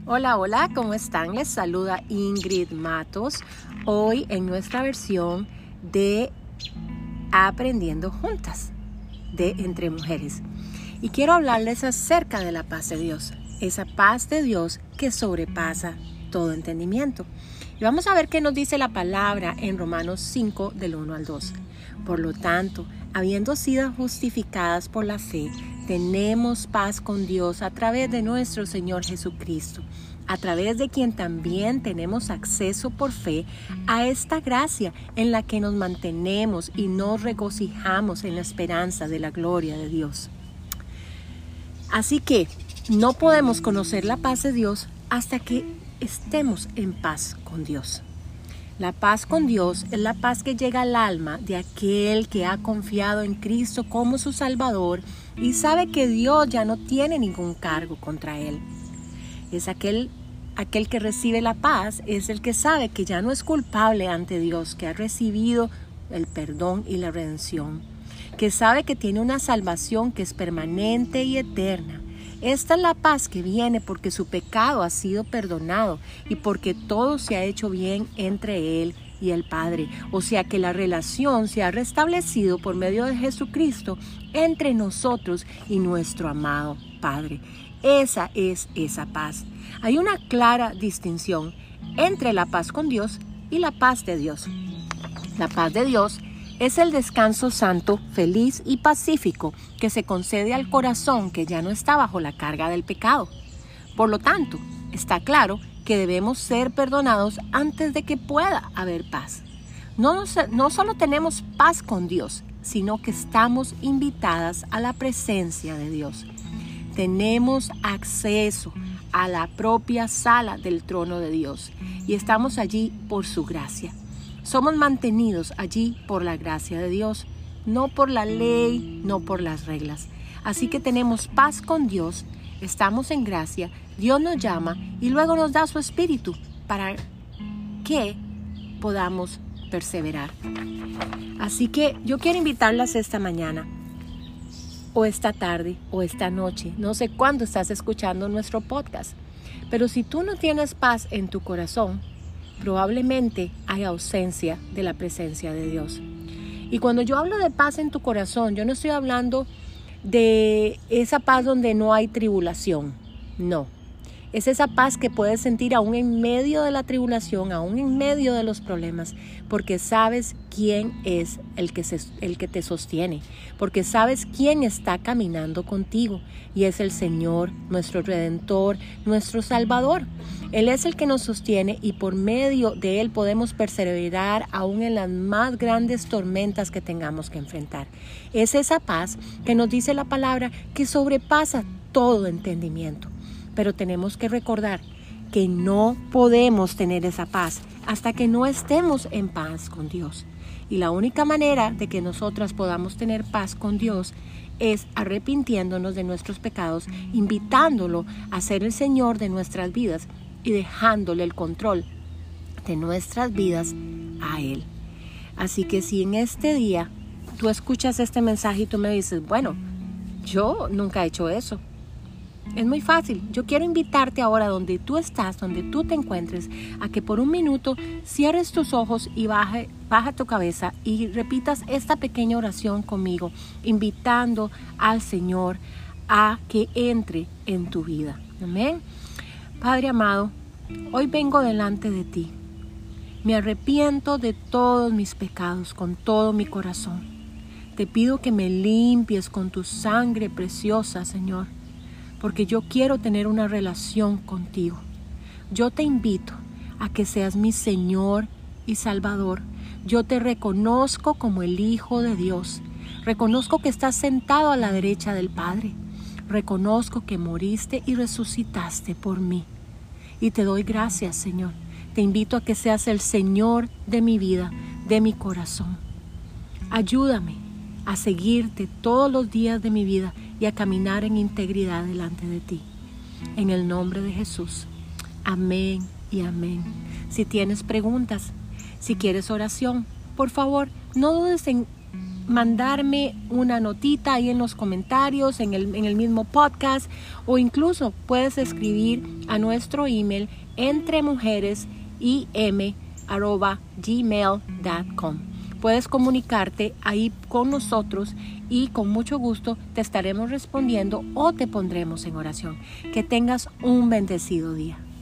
Hola, hola, ¿cómo están? Les saluda Ingrid Matos, hoy en nuestra versión de Aprendiendo Juntas, de Entre Mujeres. Y quiero hablarles acerca de la paz de Dios, esa paz de Dios que sobrepasa todo entendimiento. Y vamos a ver qué nos dice la palabra en Romanos 5, del 1 al 2. Por lo tanto, habiendo sido justificadas por la fe, tenemos paz con Dios a través de nuestro Señor Jesucristo, a través de quien también tenemos acceso por fe a esta gracia en la que nos mantenemos y nos regocijamos en la esperanza de la gloria de Dios. Así que no podemos conocer la paz de Dios hasta que estemos en paz con Dios. La paz con Dios es la paz que llega al alma de aquel que ha confiado en Cristo como su Salvador y sabe que Dios ya no tiene ningún cargo contra él. Es aquel que recibe la paz, es el que sabe que ya no es culpable ante Dios, que ha recibido el perdón y la redención, que sabe que tiene una salvación que es permanente y eterna. Esta es la paz que viene porque su pecado ha sido perdonado y porque todo se ha hecho bien entre él y el Padre. O sea que la relación se ha restablecido por medio de Jesucristo entre nosotros y nuestro amado Padre. Esa es esa paz. Hay una clara distinción entre la paz con Dios y la paz de Dios. La paz de Dios es el descanso santo, feliz y pacífico que se concede al corazón que ya no está bajo la carga del pecado. Por lo tanto, está claro que debemos ser perdonados antes de que pueda haber paz. No solo tenemos paz con Dios, sino que estamos invitadas a la presencia de Dios. Tenemos acceso a la propia sala del trono de Dios y estamos allí por su gracia. Somos mantenidos allí por la gracia de Dios, no por la ley, no por las reglas. Así que tenemos paz con Dios, estamos en gracia, Dios nos llama y luego nos da su espíritu para que podamos perseverar. Así que yo quiero invitarlas esta mañana, o esta tarde, o esta noche, no sé cuándo estás escuchando nuestro podcast, pero si tú no tienes paz en tu corazón, probablemente hay ausencia de la presencia de Dios. Y cuando yo hablo de paz en tu corazón, yo no estoy hablando de esa paz donde no hay tribulación, no. Es esa paz que puedes sentir aún en medio de la tribulación, aún en medio de los problemas, porque sabes quién es el que te sostiene, porque sabes quién está caminando contigo y es el Señor, nuestro Redentor, nuestro Salvador. Él es el que nos sostiene y por medio de Él podemos perseverar aún en las más grandes tormentas que tengamos que enfrentar. Es esa paz que nos dice la palabra que sobrepasa todo entendimiento. Pero tenemos que recordar que no podemos tener esa paz hasta que no estemos en paz con Dios. Y la única manera de que nosotras podamos tener paz con Dios es arrepintiéndonos de nuestros pecados, invitándolo a ser el Señor de nuestras vidas y dejándole el control de nuestras vidas a Él. Así que si en este día tú escuchas este mensaje y tú me dices, bueno, yo nunca he hecho eso. Es muy fácil. Yo quiero invitarte ahora donde tú estás, donde tú te encuentres, a que por un minuto cierres tus ojos y baja tu cabeza y repitas esta pequeña oración conmigo, invitando al Señor a que entre en tu vida. Amén. Padre amado, hoy vengo delante de ti. Me arrepiento de todos mis pecados con todo mi corazón. Te pido que me limpies con tu sangre preciosa, Señor, porque yo quiero tener una relación contigo. Yo te invito a que seas mi Señor y Salvador. Yo te reconozco como el Hijo de Dios. Reconozco que estás sentado a la derecha del Padre. Reconozco que moriste y resucitaste por mí. Y te doy gracias, Señor. Te invito a que seas el Señor de mi vida, de mi corazón. Ayúdame a seguirte todos los días de mi vida y a caminar en integridad delante de ti. En el nombre de Jesús. Amén y amén. Si tienes preguntas, si quieres oración, por favor, no dudes en mandarme una notita ahí en los comentarios, en el mismo podcast, o incluso puedes escribir a nuestro email entremujeresim@gmail.com. Puedes comunicarte ahí con nosotros y con mucho gusto te estaremos respondiendo o te pondremos en oración. Que tengas un bendecido día.